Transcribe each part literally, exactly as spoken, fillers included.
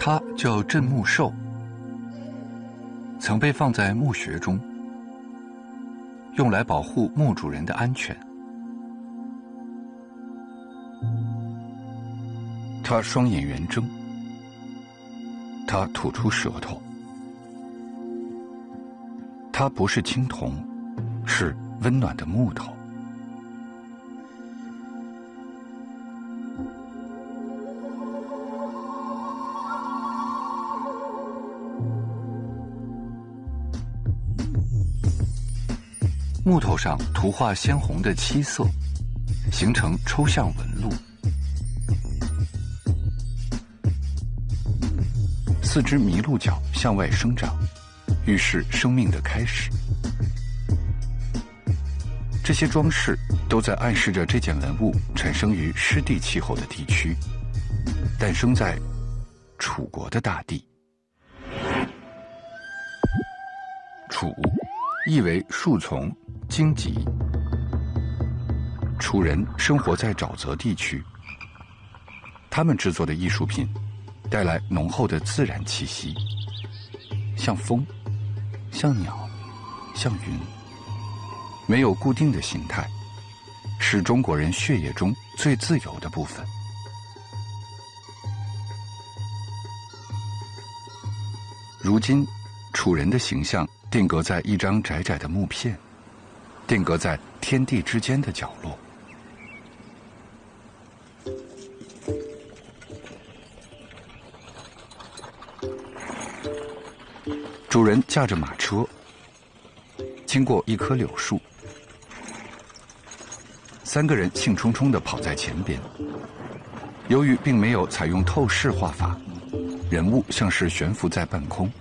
它叫镇墓兽，曾被放在墓穴中，用来保护墓主人的安全。它双眼圆睁，它吐出舌头。它不是青铜，是温暖的木头。木头上涂画鲜红的漆色，形成抽象纹路。四只麋鹿角向外生长，预示生命的开始。这些装饰都在暗示着这件文物产生于湿地气候的地区，诞生在楚国的大地。楚意为树丛、荆棘。楚人生活在沼泽地区，他们制作的艺术品带来浓厚的自然气息，像风，像鸟，像云，没有固定的形态，是中国人血液中最自由的部分。如今，楚人的形象定格在一张窄窄的木片，定格在天地之间的角落。主人驾着马车，经过一棵柳树，三个人兴冲冲地跑在前边。由于并没有采用透视画法，人物像是悬浮在半空。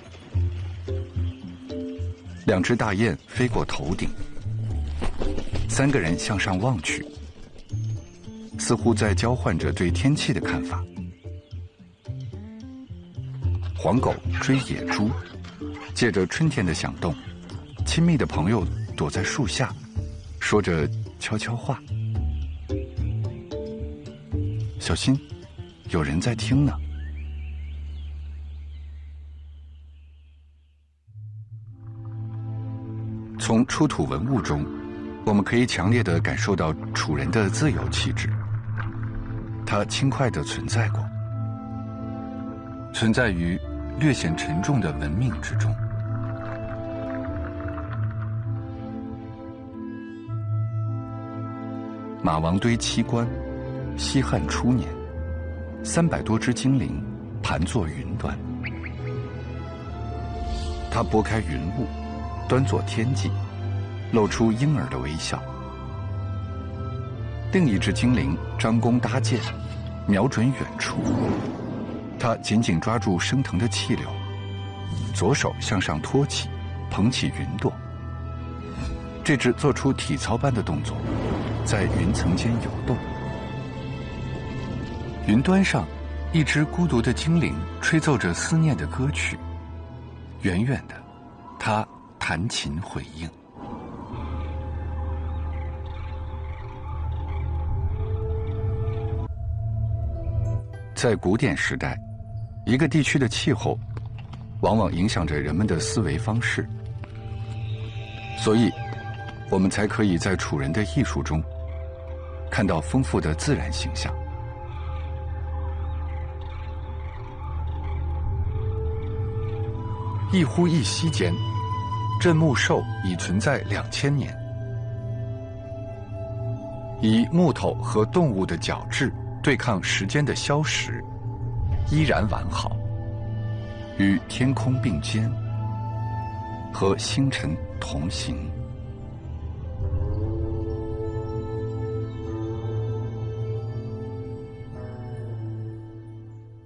两只大雁飞过头顶，三个人向上望去，似乎在交换着对天气的看法。黄狗追野猪，借着春天的响动，亲密的朋友躲在树下，说着悄悄话。小心，有人在听呢。从出土文物中，我们可以强烈地感受到楚人的自由气质。它轻快地存在过，存在于略显沉重的文明之中。马王堆七关，西汉初年，三百多只精灵盘坐云端。它拨开云雾，端坐天际，露出婴儿的微笑。另一只精灵张弓搭箭，瞄准远处。他紧紧抓住升腾的气流，左手向上托起，捧起云朵。这只做出体操般的动作，在云层间游动。云端上，一只孤独的精灵吹奏着思念的歌曲。远远的，他弹琴回应。在古典时代，一个地区的气候往往影响着人们的思维方式，所以我们才可以在楚人的艺术中看到丰富的自然形象。一呼一吸间，镇墓兽已存在两千年，以木头和动物的角质对抗时间的消蚀，依然完好，与天空并肩，和星辰同行。